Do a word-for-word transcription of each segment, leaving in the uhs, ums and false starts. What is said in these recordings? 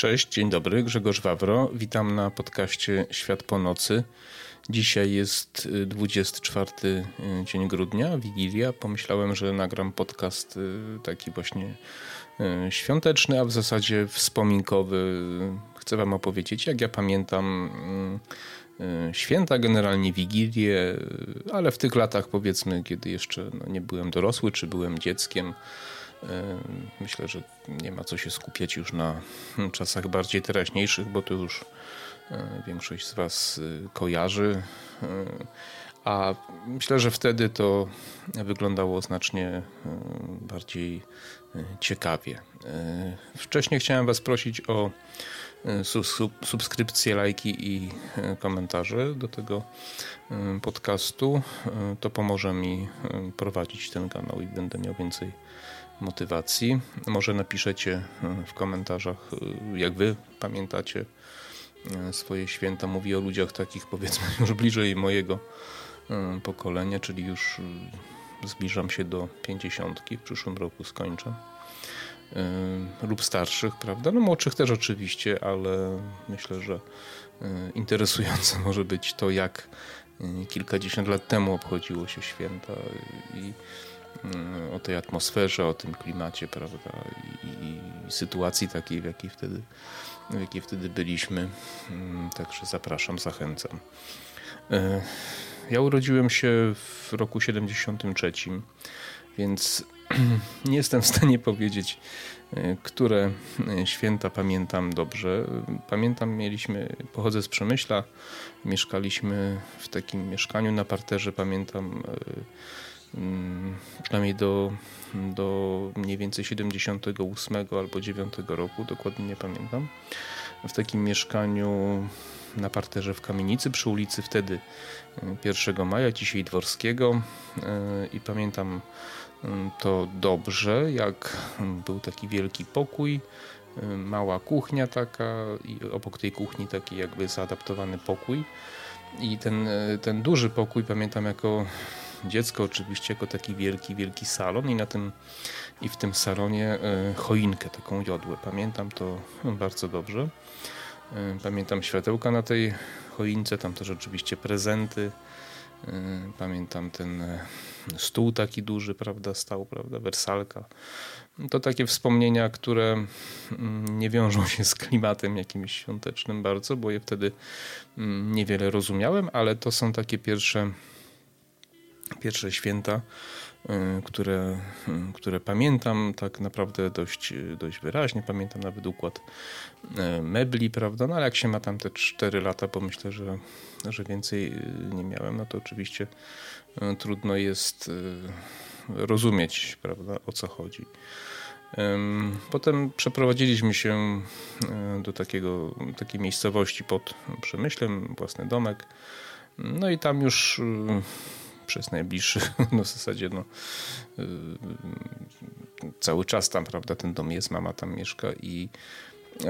Cześć, dzień dobry, Grzegorz Wawro. Witam na podcaście Świat po nocy. Dzisiaj jest dwudziesty czwarty dzień grudnia, Wigilia. Pomyślałem, że nagram podcast taki właśnie świąteczny, a w zasadzie wspominkowy. Chcę wam opowiedzieć, jak ja pamiętam święta, generalnie Wigilię, ale w tych latach, powiedzmy, kiedy jeszcze no, nie byłem dorosły, czy byłem dzieckiem. Myślę, że nie ma co się skupiać już na czasach bardziej teraźniejszych, bo to już większość z was kojarzy. A myślę, że wtedy to wyglądało znacznie bardziej ciekawie. Wcześniej chciałem was prosić o subskrypcje, lajki i komentarze do tego podcastu. To pomoże mi prowadzić ten kanał i będę miał więcej motywacji. Może napiszecie w komentarzach, jak wy pamiętacie swoje święta. Mówię o ludziach takich, powiedzmy, już bliżej mojego pokolenia, czyli już zbliżam się do pięćdziesiątki, w przyszłym roku skończę. Lub starszych, prawda? No młodszych też oczywiście, ale myślę, że interesujące może być to, jak kilkadziesiąt lat temu obchodziło się święta i o tej atmosferze, o tym klimacie, prawda, i, i sytuacji takiej, w jakiej wtedy, w jakiej wtedy byliśmy. Także zapraszam, zachęcam. Ja urodziłem się w roku siedemdziesiątym trzecim, więc nie jestem w stanie powiedzieć, które święta pamiętam dobrze. Pamiętam, mieliśmy, pochodzę z Przemyśla, mieszkaliśmy w takim mieszkaniu na parterze, pamiętam, przynajmniej do, do mniej więcej siedemdziesiątego ósmego albo dziewiątego roku, dokładnie nie pamiętam, w takim mieszkaniu na parterze w kamienicy przy ulicy wtedy pierwszego maja, dzisiaj Dworskiego, i pamiętam to dobrze, jak był taki wielki pokój, mała kuchnia taka i obok tej kuchni taki jakby zaadaptowany pokój i ten, ten duży pokój pamiętam jako dziecko oczywiście, jako taki wielki, wielki salon i na tym i w tym salonie choinkę, taką jodłę. Pamiętam to bardzo dobrze. Pamiętam światełka na tej choince, tam też oczywiście prezenty. Pamiętam ten stół taki duży, prawda, stał, prawda, wersalka. To takie wspomnienia, które nie wiążą się z klimatem jakimś świątecznym bardzo, bo je wtedy niewiele rozumiałem, ale to są takie pierwsze Pierwsze święta, które, które pamiętam tak naprawdę dość, dość wyraźnie. Pamiętam nawet układ mebli, prawda? No ale jak się ma tam te cztery lata, bo myślę, że, że więcej nie miałem, no to oczywiście trudno jest rozumieć, prawda, o co chodzi. Potem przeprowadziliśmy się do takiego, takiej miejscowości pod Przemyślem, własny domek. No i tam już przez najbliższy, no w zasadzie no, yy, cały czas tam, prawda, ten dom jest, mama tam mieszka i, yy,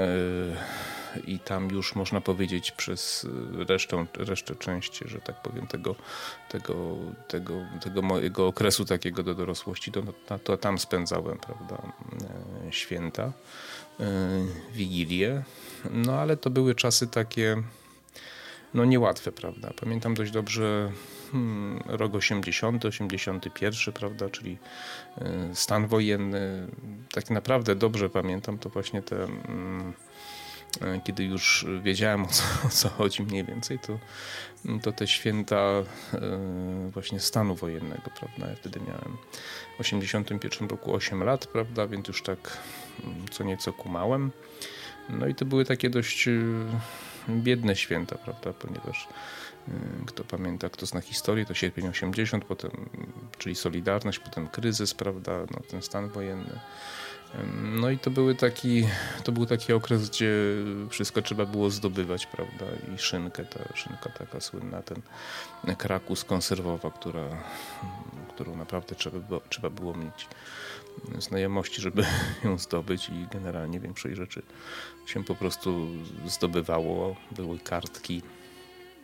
i tam już można powiedzieć przez resztę, resztę części, że tak powiem, tego, tego, tego, tego mojego okresu takiego do dorosłości, to, to, to tam spędzałem, prawda, yy, święta, yy, Wigilię, no ale to były czasy takie no niełatwe, prawda. Pamiętam dość dobrze hmm, rok osiemdziesiąty, osiemdziesiąty pierwszy, prawda, czyli y, stan wojenny. Tak naprawdę dobrze pamiętam to właśnie te, mm, y, kiedy już wiedziałem o co, o co chodzi mniej więcej, to, to te święta y, właśnie stanu wojennego, prawda. Ja wtedy miałem w osiemdziesiątym pierwszym roku osiem lat, prawda, więc już tak y, co nieco kumałem. No i to były takie dość y, biedne święta, prawda, ponieważ y, kto pamięta, kto zna historię, to sierpień osiemdziesiąty, potem, czyli Solidarność, potem kryzys, prawda, no, ten stan wojenny. No i to były taki, to był taki okres, gdzie wszystko trzeba było zdobywać, prawda, i szynkę, ta szynka taka słynna, ten Krakus konserwowa, która, którą naprawdę trzeba było, trzeba było mieć znajomości, żeby ją zdobyć i generalnie większość rzeczy się po prostu zdobywało. Były kartki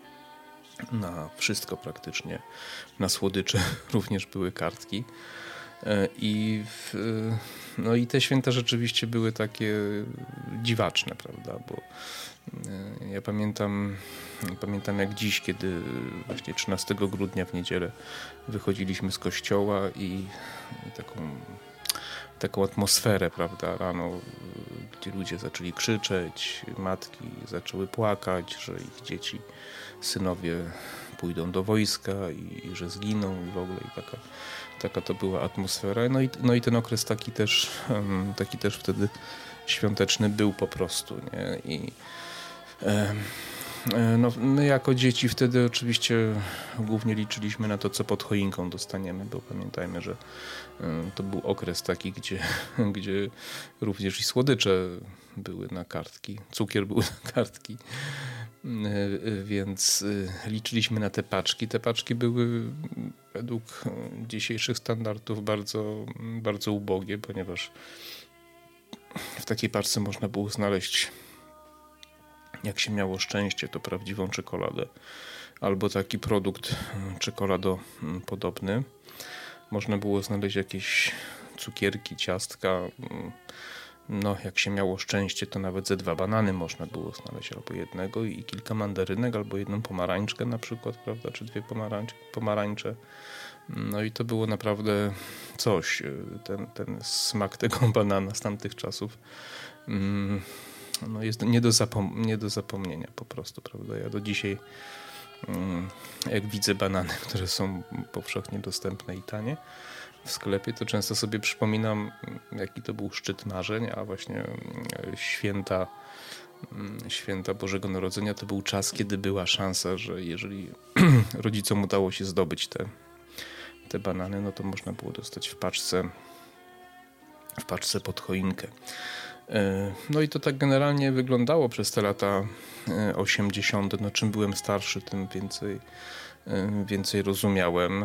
na wszystko praktycznie, na słodycze również były kartki. I, no i te święta rzeczywiście były takie dziwaczne, prawda, bo ja pamiętam, pamiętam jak dziś, kiedy właśnie trzynastego grudnia w niedzielę wychodziliśmy z kościoła i, i taką, taką atmosferę, prawda, rano, gdzie ludzie zaczęli krzyczeć, matki zaczęły płakać, że ich dzieci, synowie pójdą do wojska i, i że zginą i w ogóle i taka, taka to była atmosfera. No i, no i ten okres taki też, taki też wtedy świąteczny był po prostu, nie? I no, my jako dzieci wtedy oczywiście głównie liczyliśmy na to, co pod choinką dostaniemy, bo pamiętajmy, że to był okres taki, gdzie, gdzie również i słodycze były na kartki, cukier był na kartki, więc liczyliśmy na te paczki. Te paczki były według dzisiejszych standardów bardzo, bardzo ubogie, ponieważ w takiej paczce można było znaleźć, jak się miało szczęście, to prawdziwą czekoladę albo taki produkt czekoladopodobny. Można było znaleźć jakieś cukierki, ciastka. No, jak się miało szczęście, to nawet ze dwa banany można było znaleźć, albo jednego i kilka mandarynek, albo jedną pomarańczkę na przykład, prawda, czy dwie pomarańcze. pomarańcze. No i to było naprawdę coś. Ten, ten smak tego banana z tamtych czasów no jest nie do, zapom- nie do zapomnienia po prostu, prawda. Ja do dzisiaj, jak widzę banany, które są powszechnie dostępne i tanie w sklepie, to często sobie przypominam, jaki to był szczyt marzeń, a właśnie święta, święta Bożego Narodzenia to był czas, kiedy była szansa, że jeżeli rodzicom udało się zdobyć te, te banany, no to można było dostać w paczce, w paczce pod choinkę. No i to tak generalnie wyglądało przez te lata osiemdziesiąte. No czym byłem starszy, tym więcej, więcej rozumiałem.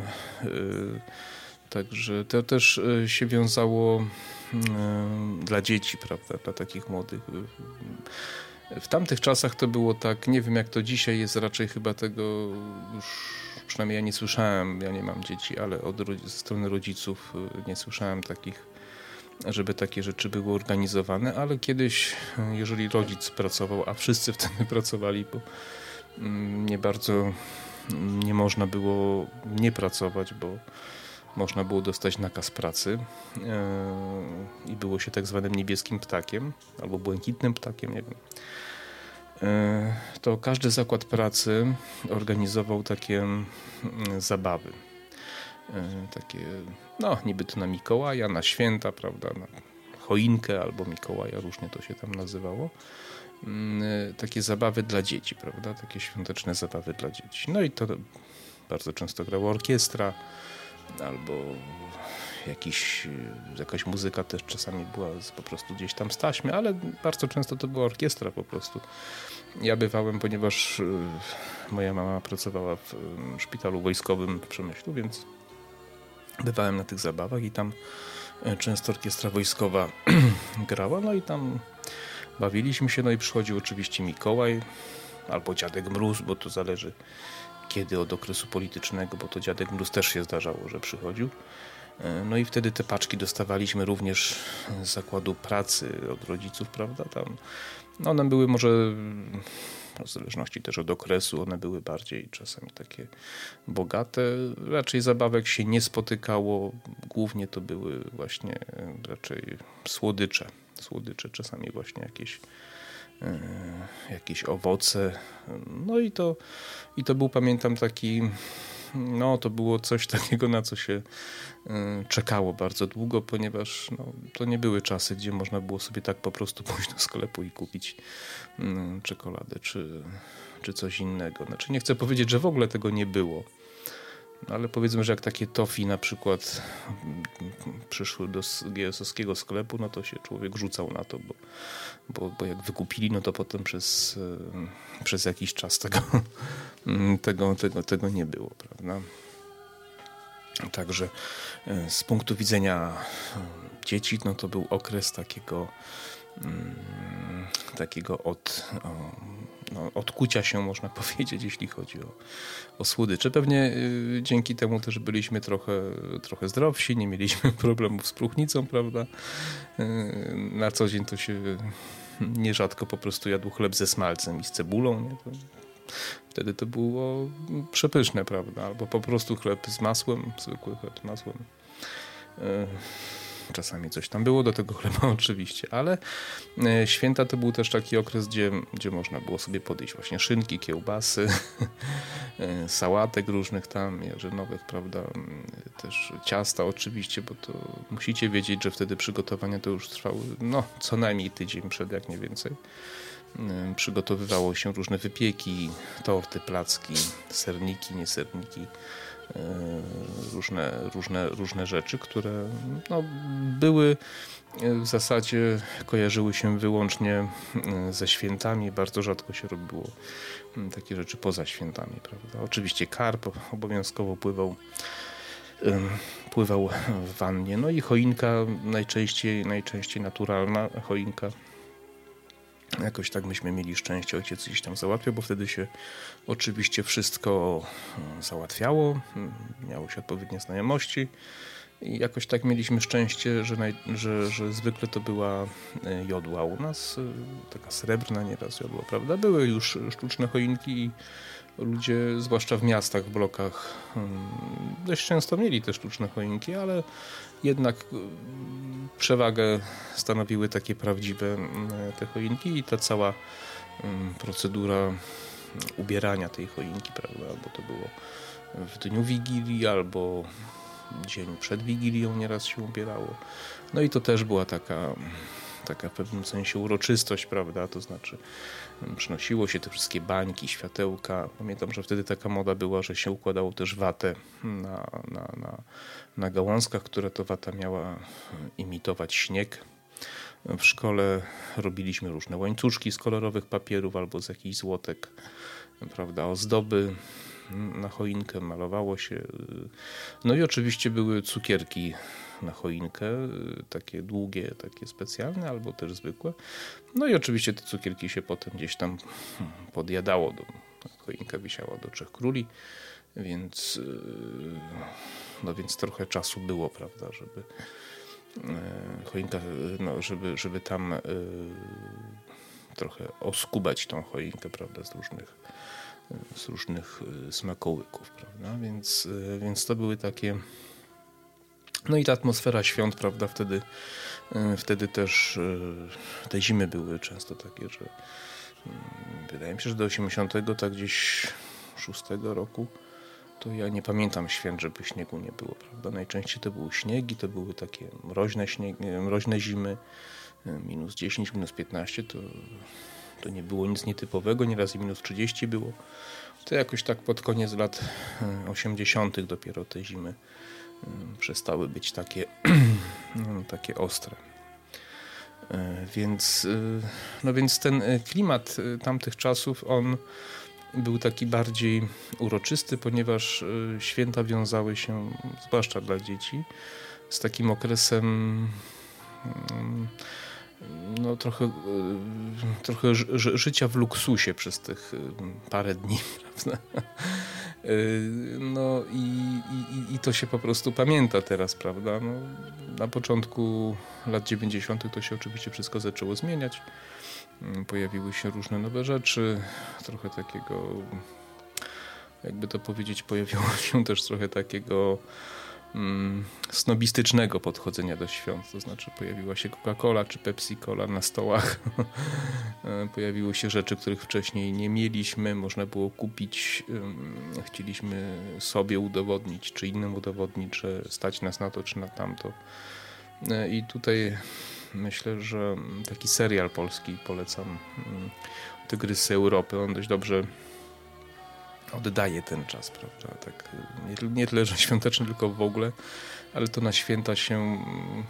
Także to też się wiązało dla dzieci, prawda, dla takich młodych. W tamtych czasach to było tak, nie wiem jak to dzisiaj jest, raczej chyba tego już, przynajmniej ja nie słyszałem, ja nie mam dzieci, ale od ze strony rodziców nie słyszałem takich, żeby takie rzeczy były organizowane, ale kiedyś, jeżeli rodzic pracował, a wszyscy wtedy pracowali, bo nie bardzo nie można było nie pracować, bo można było dostać nakaz pracy i było się tak zwanym niebieskim ptakiem albo błękitnym ptakiem, nie wiem. To każdy zakład pracy organizował takie zabawy. Takie, no niby to na Mikołaja, na święta, prawda, na choinkę albo Mikołaja, różnie to się tam nazywało. Takie zabawy dla dzieci, prawda, takie świąteczne zabawy dla dzieci. No i to bardzo często grała orkiestra albo jakiś, jakaś muzyka też czasami była po prostu gdzieś tam z taśmy, ale bardzo często to była orkiestra po prostu. Ja bywałem, ponieważ moja mama pracowała w szpitalu wojskowym w Przemyślu, więc bywałem na tych zabawach i tam często orkiestra wojskowa grała, no i tam bawiliśmy się, no i przychodził oczywiście Mikołaj albo Dziadek Mróz, bo to zależy kiedy od okresu politycznego, bo to Dziadek Mróz też się zdarzało, że przychodził. No i wtedy te paczki dostawaliśmy również z zakładu pracy od rodziców, prawda, tam no one były może, w zależności też od okresu, one były bardziej czasami takie bogate. Raczej zabawek się nie spotykało. Głównie to były właśnie raczej słodycze. Słodycze, czasami właśnie jakieś, e, jakieś owoce. No i to, i to był, pamiętam, taki, no to było coś takiego, na co się czekało bardzo długo, ponieważ no, to nie były czasy, gdzie można było sobie tak po prostu pójść do sklepu i kupić mm, czekoladę czy, czy coś innego. Znaczy nie chcę powiedzieć, że w ogóle tego nie było, ale powiedzmy, że jak takie tofi na przykład przyszły do G S owskiego sklepu, no to się człowiek rzucał na to, bo, bo, bo jak wykupili, no to potem przez, przez jakiś czas tego, tego, tego, tego nie było, prawda? Także z punktu widzenia dzieci, no to był okres takiego takiego od, o, no, odkucia się, można powiedzieć, jeśli chodzi o, o słodycze. Pewnie y, dzięki temu też byliśmy trochę, trochę zdrowsi, nie mieliśmy problemów z próchnicą, prawda? Y, na co dzień to się nierzadko po prostu jadł chleb ze smalcem i z cebulą. Nie? To, wtedy to było przepyszne, prawda? Albo po prostu chleb z masłem, zwykły chleb z masłem. Y, Czasami coś tam było do tego chleba oczywiście, ale święta to był też taki okres, gdzie, gdzie można było sobie podejść właśnie szynki, kiełbasy, sałatek różnych tam, jarzynowych, prawda, też ciasta oczywiście, bo to musicie wiedzieć, że wtedy przygotowania to już trwały no co najmniej tydzień przed, jak nie więcej. Przygotowywało się różne wypieki, torty, placki, serniki, nieserniki, różne, różne, różne rzeczy, które no, były w zasadzie, kojarzyły się wyłącznie ze świętami. Bardzo rzadko się robiło takie rzeczy poza świętami, prawda? Oczywiście karp obowiązkowo pływał pływał w wannie. No i choinka najczęściej, najczęściej naturalna choinka. Jakoś tak myśmy mieli szczęście, ojciec gdzieś tam załatwiał, bo wtedy się oczywiście wszystko załatwiało, miało się odpowiednie znajomości i jakoś tak mieliśmy szczęście, że, naj, że, że zwykle to była jodła u nas, taka srebrna nieraz jodła, prawda? Były już sztuczne choinki i ludzie, zwłaszcza w miastach, w blokach, dość często mieli te sztuczne choinki, ale jednak przewagę stanowiły takie prawdziwe te choinki i ta cała procedura ubierania tej choinki, prawda? Bo to było w dniu Wigilii albo dzień przed Wigilią nieraz się ubierało. No i to też była taka, taka w pewnym sensie uroczystość, prawda? To znaczy przynosiło się te wszystkie bańki, światełka. Pamiętam, że wtedy taka moda była, że się układało też watę na, na, na, na gałązkach, która to wata miała imitować śnieg. W szkole robiliśmy różne łańcuszki z kolorowych papierów albo z jakichś złotek, prawda, ozdoby na choinkę, malowało się. No i oczywiście były cukierki na choinkę, takie długie, takie specjalne, albo też zwykłe. No i oczywiście te cukierki się potem gdzieś tam podjadało. Do, choinka wisiała do Trzech Króli, więc, no więc trochę czasu było, prawda, żeby choinka, no, żeby, żeby tam trochę oskubać tą choinkę, prawda, z różnych z różnych smakołyków, prawda, więc, więc to były takie, no i ta atmosfera świąt, prawda, wtedy, wtedy też te zimy były często takie, że wydaje mi się, że do osiemdziesiątego tak gdzieś szóstego roku to ja nie pamiętam święt, żeby śniegu nie było, prawda, najczęściej to były śniegi, to były takie mroźne, śnieg, mroźne zimy, minus dziesięć, minus piętnaście, to to nie było nic nietypowego, nieraz i minus trzydzieści było. To jakoś tak pod koniec lat osiemdziesiątych dopiero te zimy przestały być takie, takie ostre. Więc, no więc ten klimat tamtych czasów, on był taki bardziej uroczysty, ponieważ święta wiązały się, zwłaszcza dla dzieci, z takim okresem no trochę, trochę ży- życia w luksusie przez tych parę dni, prawda? No i, i, i to się po prostu pamięta teraz, prawda? No, na początku lat dziewięćdziesiątych to się oczywiście wszystko zaczęło zmieniać. Pojawiły się różne nowe rzeczy, trochę takiego, jakby to powiedzieć, pojawiło się też trochę takiego snobistycznego podchodzenia do świąt, to znaczy pojawiła się Coca-Cola czy Pepsi-Cola na stołach, pojawiły się rzeczy, których wcześniej nie mieliśmy, można było kupić, chcieliśmy sobie udowodnić, czy innym udowodnić, że stać nas na to, czy na tamto. I tutaj myślę, że taki serial polski polecam, Tygrysy Europy, on dość dobrze oddaje ten czas, prawda, tak nie, nie tyle, że świąteczny, tylko w ogóle, ale to na święta się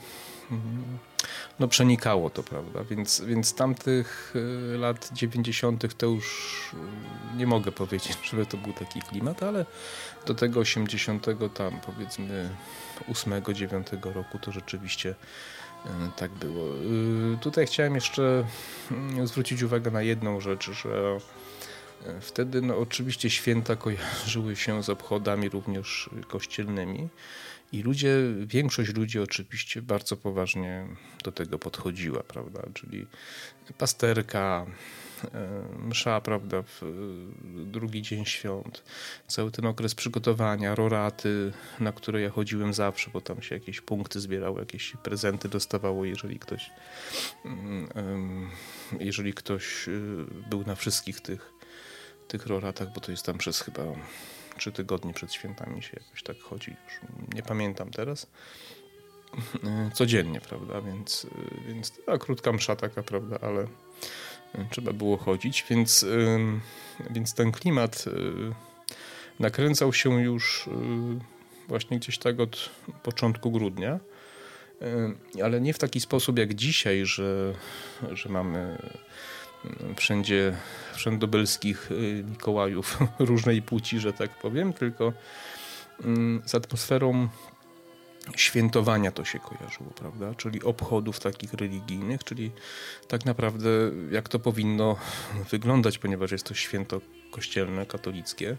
no przenikało to, prawda, więc, więc tamtych lat dziewięćdziesiątych to już nie mogę powiedzieć, żeby to był taki klimat, ale do tego osiemdziesiątego tam powiedzmy ósmego, dziewiątego roku to rzeczywiście Tak było. Tutaj chciałem jeszcze zwrócić uwagę na jedną rzecz, że wtedy no, oczywiście święta kojarzyły się z obchodami również kościelnymi i ludzie, większość ludzi oczywiście bardzo poważnie do tego podchodziła, prawda, czyli pasterka, msza, prawda, w drugi dzień świąt, cały ten okres przygotowania, roraty, na które ja chodziłem zawsze, bo tam się jakieś punkty zbierało, jakieś prezenty dostawało, jeżeli ktoś jeżeli ktoś był na wszystkich tych, tych roratach, bo to jest tam przez chyba trzy tygodnie przed świętami się jakoś tak chodzi, już nie pamiętam teraz. Codziennie, prawda, więc, więc ta krótka msza taka, prawda, ale trzeba było chodzić, więc, więc ten klimat nakręcał się już właśnie gdzieś tak od początku grudnia, ale nie w taki sposób jak dzisiaj, że, że mamy wszędzie wszędobelskich Mikołajów różnej płci, że tak powiem, tylko z atmosferą świętowania to się kojarzyło, prawda? Czyli obchodów takich religijnych, czyli tak naprawdę jak to powinno wyglądać, ponieważ jest to święto kościelne, katolickie,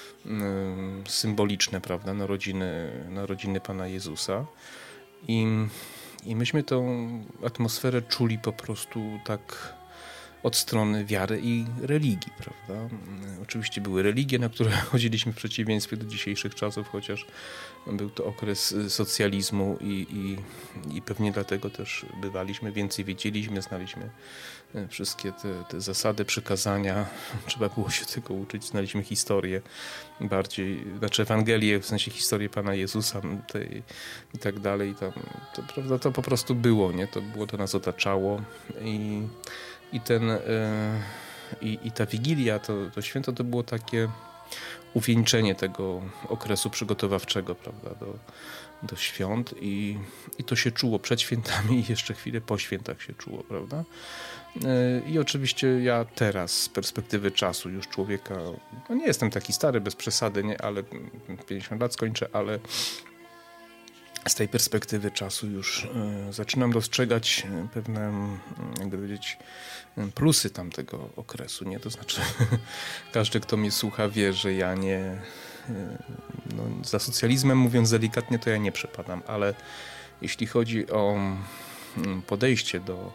symboliczne, prawda? Narodziny, narodziny Pana Jezusa. I, i myśmy tą atmosferę czuli po prostu tak od strony wiary i religii, prawda? Oczywiście były religie, na które chodziliśmy w przeciwieństwie do dzisiejszych czasów, chociaż był to okres socjalizmu i, i, i pewnie dlatego też bywaliśmy, więcej wiedzieliśmy, znaliśmy wszystkie te, te zasady, przykazania. Trzeba było się tego uczyć, znaliśmy historię bardziej, znaczy Ewangelię, w sensie historię Pana Jezusa tej, i tak dalej. Tam, to, prawda, to po prostu było, nie? To było, to nas otaczało i I, ten, i, i ta Wigilia, to, to święto to było takie uwieńczenie tego okresu przygotowawczego, prawda, do, do świąt i, i to się czuło przed świętami i jeszcze chwilę po świętach się czuło, prawda. I oczywiście ja teraz z perspektywy czasu już człowieka, no nie jestem taki stary bez przesady, nie, ale pięćdziesiąt lat skończę, ale z tej perspektywy czasu już y, zaczynam dostrzegać pewne, jakby powiedzieć, plusy tamtego okresu, nie? To znaczy każdy, kto mnie słucha, wie, że ja nie, y, no, za socjalizmem, mówiąc delikatnie, to ja nie przepadam, ale jeśli chodzi o y, podejście do,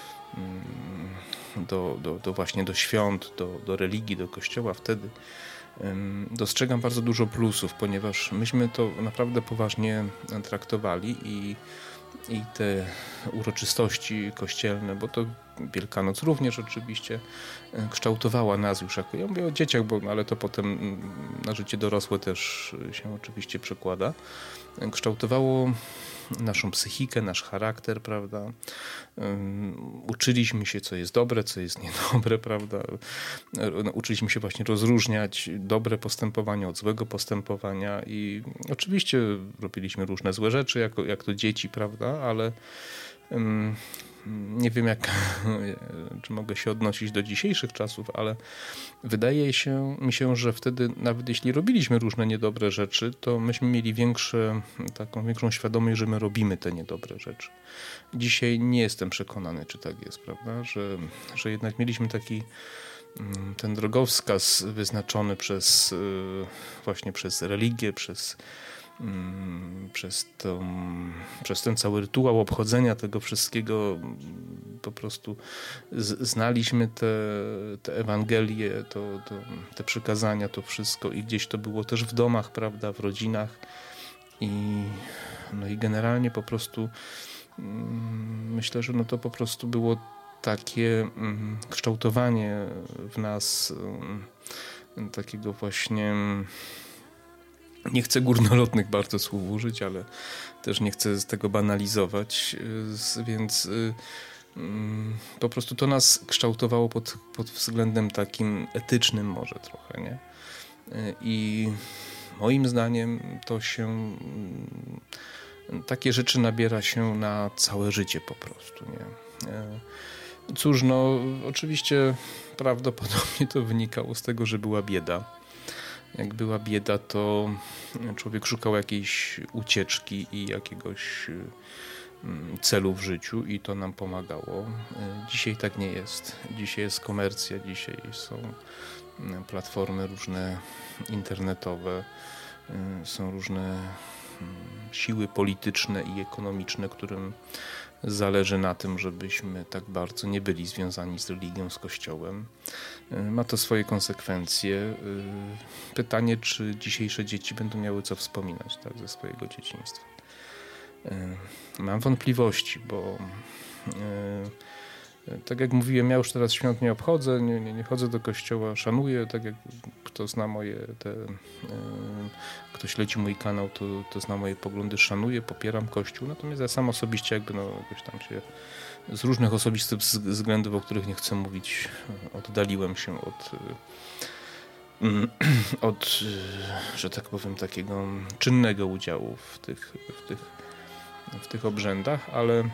y, do, do, do właśnie do świąt, do, do religii, do kościoła, wtedy dostrzegam bardzo dużo plusów, ponieważ myśmy to naprawdę poważnie traktowali i, i te uroczystości kościelne, bo to Wielkanoc również oczywiście kształtowała nas już jako, ja mówię o dzieciach, bo, ale to potem na życie dorosłe też się oczywiście przekłada, kształtowało naszą psychikę, nasz charakter, prawda. Um, uczyliśmy się, co jest dobre, co jest niedobre, prawda. Uczyliśmy się właśnie rozróżniać dobre postępowanie od złego postępowania i oczywiście robiliśmy różne złe rzeczy, jako, jak to dzieci, prawda, ale um, nie wiem, jak, czy mogę się odnosić do dzisiejszych czasów, ale wydaje się, mi się, że wtedy nawet jeśli robiliśmy różne niedobre rzeczy, to myśmy mieli większe, taką większą świadomość, że my robimy te niedobre rzeczy. Dzisiaj nie jestem przekonany, czy tak jest, prawda, że, że jednak mieliśmy taki ten drogowskaz wyznaczony przez właśnie przez religię, przez Przez, tą, przez ten cały rytuał obchodzenia tego wszystkiego po prostu z, znaliśmy te, te Ewangelie, to, to, te przykazania, to wszystko i gdzieś to było też w domach, prawda, w rodzinach i, no i generalnie po prostu myślę, że no to po prostu było takie kształtowanie w nas takiego właśnie, nie chcę górnolotnych bardzo słów użyć, ale też nie chcę z tego banalizować, więc po prostu to nas kształtowało pod, pod względem takim etycznym może trochę, nie? I moim zdaniem to się, takie rzeczy nabiera się na całe życie po prostu, nie? Cóż, no oczywiście prawdopodobnie to wynikało z tego, że była bieda. Jak była bieda, to człowiek szukał jakiejś ucieczki i jakiegoś celu w życiu i to nam pomagało. Dzisiaj tak nie jest. Dzisiaj jest komercja, dzisiaj są platformy różne internetowe, są różne siły polityczne i ekonomiczne, którym zależy na tym, żebyśmy tak bardzo nie byli związani z religią, z Kościołem. Ma to swoje konsekwencje. Pytanie, czy dzisiejsze dzieci będą miały co wspominać, tak, ze swojego dzieciństwa. Mam wątpliwości, bo tak jak mówiłem, ja już teraz świąt nie obchodzę, nie, nie, nie chodzę do kościoła, szanuję, tak jak kto zna moje te, e, kto śledzi mój kanał, to, to zna moje poglądy, szanuję, popieram Kościół, natomiast ja sam osobiście jakby no jakoś tam się z różnych osobistych względów, o których nie chcę mówić, oddaliłem się od, od, że tak powiem, takiego czynnego udziału w tych, w tych, w tych obrzędach, ale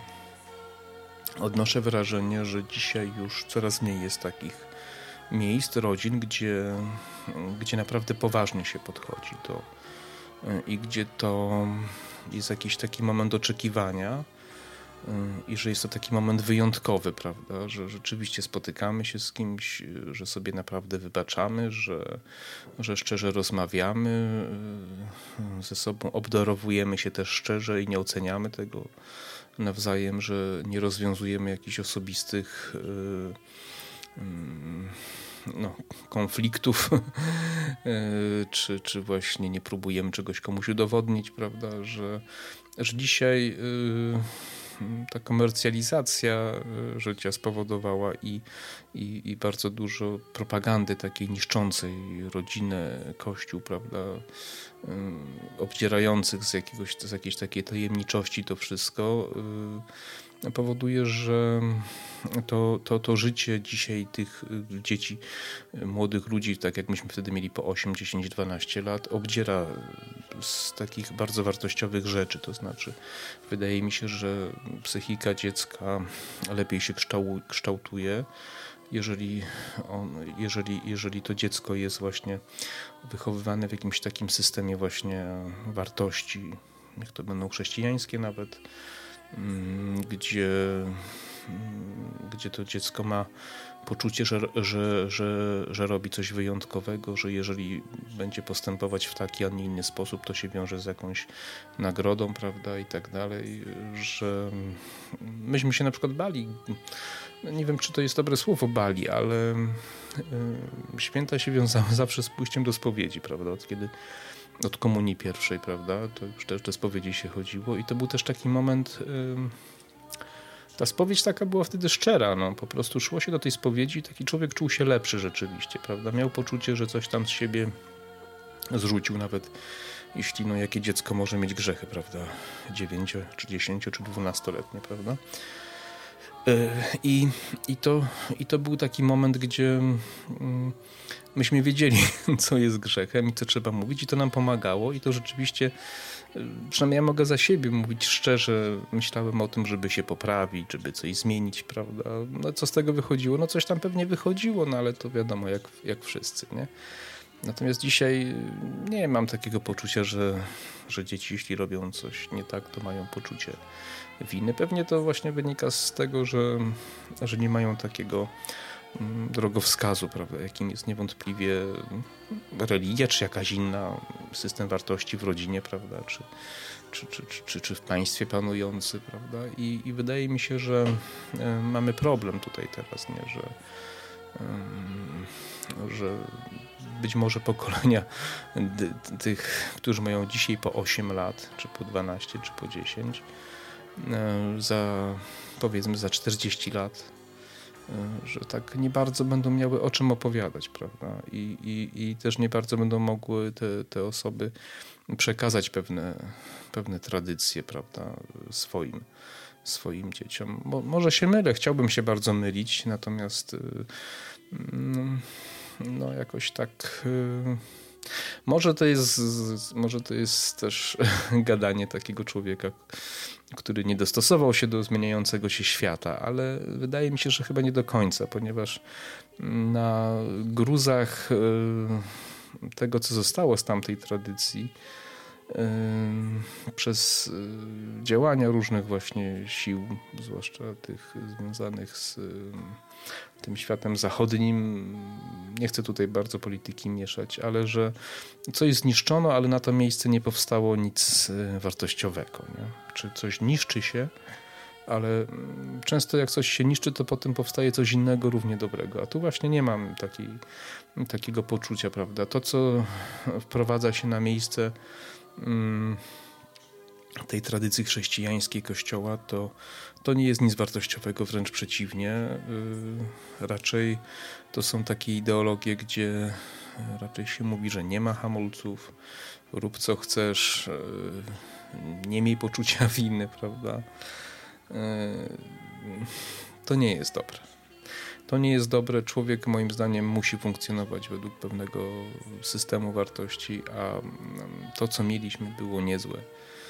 odnoszę wrażenie, że dzisiaj już coraz mniej jest takich miejsc, rodzin, gdzie, gdzie naprawdę poważnie się podchodzi do, i gdzie to jest jakiś taki moment oczekiwania i że jest to taki moment wyjątkowy, prawda, że rzeczywiście spotykamy się z kimś, że sobie naprawdę wybaczamy, że, że szczerze rozmawiamy ze sobą, obdarowujemy się też szczerze i nie oceniamy tego nawzajem, że nie rozwiązujemy jakichś osobistych yy, yy, no, konfliktów, yy, czy, czy właśnie nie próbujemy czegoś komuś udowodnić, prawda, że, że dzisiaj yy, ta komercjalizacja życia spowodowała i, i, i bardzo dużo propagandy takiej niszczącej rodzinę, Kościół, prawda, obdzierających z, jakiegoś, z jakiejś takiej tajemniczości to wszystko powoduje, że to, to, to życie dzisiaj tych dzieci, młodych ludzi, tak jak myśmy wtedy mieli po osiem, dziesięć, dwanaście lat, obdziera z takich bardzo wartościowych rzeczy. To znaczy, wydaje mi się, że psychika dziecka lepiej się kształu, kształtuje, jeżeli, on, jeżeli, jeżeli to dziecko jest właśnie wychowywane w jakimś takim systemie właśnie wartości, niech to będą chrześcijańskie nawet, gdzie, gdzie to dziecko ma poczucie, że, że, że, że robi coś wyjątkowego, że jeżeli będzie postępować w taki, a nie inny sposób, to się wiąże z jakąś nagrodą, prawda, i tak dalej, że myśmy się na przykład bali, nie wiem, czy to jest dobre słowo, bali, ale y, święta się wiązały zawsze z pójściem do spowiedzi, prawda, od kiedy od komunii pierwszej, prawda, to już też do spowiedzi się chodziło i to był też taki moment, yy, ta spowiedź taka była wtedy szczera, no, po prostu szło się do tej spowiedzi i taki człowiek czuł się lepszy rzeczywiście, prawda, miał poczucie, że coś tam z siebie zrzucił, nawet jeśli, no, jakie dziecko może mieć grzechy, prawda, dziewięcio, czy dziesięcio, czy dwunastoletnie, prawda. I, i, to, I to był taki moment, gdzie myśmy wiedzieli, co jest grzechem i co trzeba mówić, i to nam pomagało i to rzeczywiście, przynajmniej ja mogę za siebie mówić szczerze, myślałem o tym, żeby się poprawić, żeby coś zmienić, prawda. No co z tego wychodziło? No coś tam pewnie wychodziło, no ale to wiadomo, jak, jak wszyscy, nie? Natomiast dzisiaj nie mam takiego poczucia, że, że dzieci, jeśli robią coś nie tak, to mają poczucie winy. Pewnie to właśnie wynika z tego, że, że nie mają takiego drogowskazu, prawda, jakim jest niewątpliwie religia, czy jakaś inna system wartości w rodzinie, prawda, czy, czy, czy, czy, czy w państwie panujący, prawda. I, i wydaje mi się, że mamy problem tutaj teraz, nie, że, że być może pokolenia tych, którzy mają dzisiaj po osiem lat, czy po dwanaście, czy po dziesięć, za, powiedzmy, za czterdzieści lat, że tak nie bardzo będą miały o czym opowiadać, prawda? I, i, i też nie bardzo będą mogły te, te osoby przekazać pewne, pewne tradycje, prawda, swoim, swoim dzieciom. Bo może się mylę, chciałbym się bardzo mylić, natomiast no, no jakoś tak... Może to jest, może to jest też gadanie takiego człowieka, który nie dostosował się do zmieniającego się świata, ale wydaje mi się, że chyba nie do końca, ponieważ na gruzach tego, co zostało z tamtej tradycji, przez działania różnych właśnie sił, zwłaszcza tych związanych z tym światem zachodnim. Nie chcę tutaj bardzo polityki mieszać, ale że coś zniszczono, ale na to miejsce nie powstało nic wartościowego. Nie? Czy coś niszczy się, ale często jak coś się niszczy, to potem powstaje coś innego, równie dobrego. A tu właśnie nie mam takiej, takiego poczucia, prawda? To, co wprowadza się na miejsce mm, tej tradycji chrześcijańskiej Kościoła, to, to nie jest nic wartościowego, wręcz przeciwnie. Yy, raczej to są takie ideologie, gdzie raczej się mówi, że nie ma hamulców, rób co chcesz, yy, nie miej poczucia winy, prawda? To nie jest dobre. To nie jest dobre. Człowiek moim zdaniem musi funkcjonować według pewnego systemu wartości, a to, co mieliśmy, było niezłe.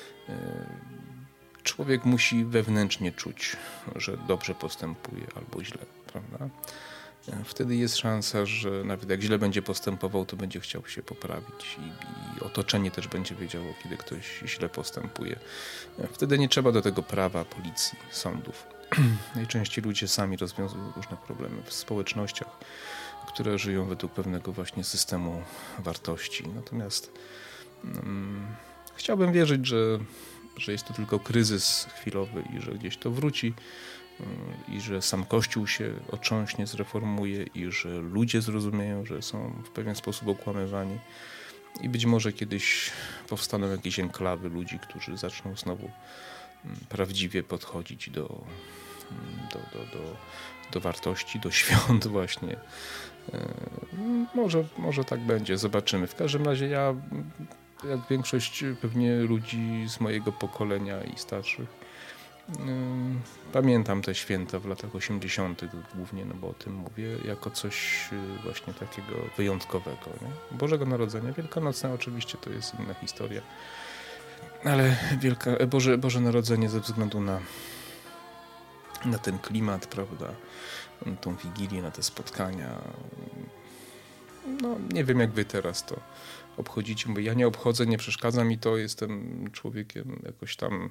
Człowiek musi wewnętrznie czuć, że dobrze postępuje albo źle, prawda? Wtedy jest szansa, że nawet jak źle będzie postępował, to będzie chciał się poprawić i, i otoczenie też będzie wiedziało, kiedy ktoś źle postępuje. Wtedy nie trzeba do tego prawa, policji, sądów. Najczęściej ludzie sami rozwiązują różne problemy w społecznościach, które żyją według pewnego właśnie systemu wartości. Natomiast um, chciałbym wierzyć, że, że jest to tylko kryzys chwilowy i że gdzieś to wróci, i że sam Kościół się otrząśnie, zreformuje i że ludzie zrozumieją, że są w pewien sposób okłamywani i być może kiedyś powstaną jakieś enklawy ludzi, którzy zaczną znowu prawdziwie podchodzić do, do, do, do, do wartości, do świąt właśnie. Może, może tak będzie, zobaczymy. W każdym razie ja, jak większość pewnie ludzi z mojego pokolenia i starszych, pamiętam te święta w latach osiemdziesiątych głównie, no bo o tym mówię, jako coś właśnie takiego wyjątkowego. Nie? Bożego Narodzenia, Wielkanocne oczywiście to jest inna historia, ale Wielka, Boże, Boże Narodzenie ze względu na, na ten klimat, prawda, na tą Wigilię, na te spotkania. No nie wiem, jak wy teraz to obchodzicie, bo ja nie obchodzę, nie przeszkadza mi to, jestem człowiekiem jakoś tam,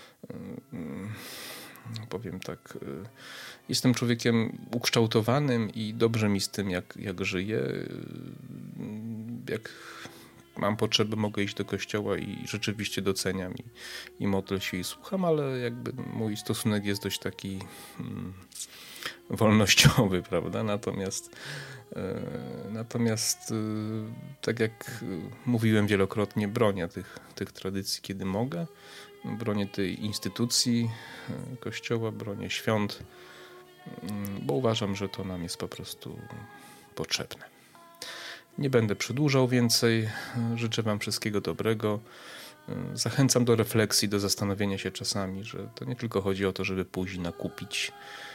powiem tak, jestem człowiekiem ukształtowanym i dobrze mi z tym, jak, jak żyję. Jak mam potrzeby, mogę iść do kościoła i rzeczywiście doceniam i, i modlę się i słucham, ale jakby mój stosunek jest dość taki hmm, wolnościowy, prawda? Natomiast Natomiast, tak jak mówiłem wielokrotnie, bronię tych, tych tradycji, kiedy mogę. Bronię tej instytucji Kościoła, bronię świąt, bo uważam, że to nam jest po prostu potrzebne. Nie będę przedłużał więcej. Życzę wam wszystkiego dobrego. Zachęcam do refleksji, do zastanowienia się czasami, że to nie tylko chodzi o to, żeby pójść nakupić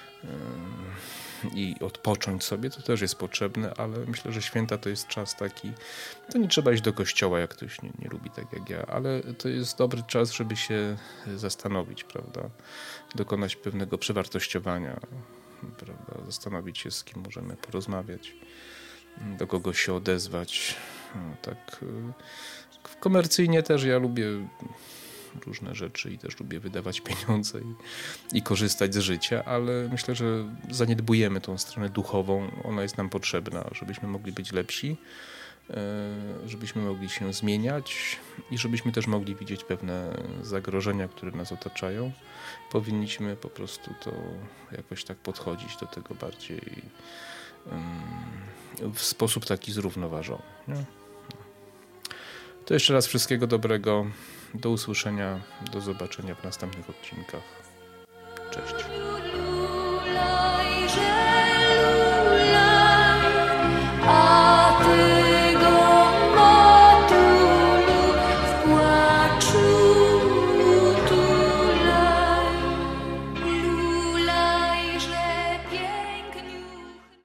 i odpocząć sobie, to też jest potrzebne, ale myślę, że święta to jest czas taki, to nie trzeba iść do kościoła, jak ktoś nie, nie lubi tak jak ja, ale to jest dobry czas, żeby się zastanowić, prawda, dokonać pewnego przewartościowania, prawda, zastanowić się, z kim możemy porozmawiać, do kogo się odezwać, tak komercyjnie też ja lubię różne rzeczy i też lubię wydawać pieniądze i, i korzystać z życia, ale myślę, że zaniedbujemy tą stronę duchową. Ona jest nam potrzebna, żebyśmy mogli być lepsi, żebyśmy mogli się zmieniać i żebyśmy też mogli widzieć pewne zagrożenia, które nas otaczają. Powinniśmy po prostu to jakoś tak podchodzić do tego bardziej w sposób taki zrównoważony. Nie? To jeszcze raz wszystkiego dobrego. Do usłyszenia, do zobaczenia w następnych odcinkach. Cześć.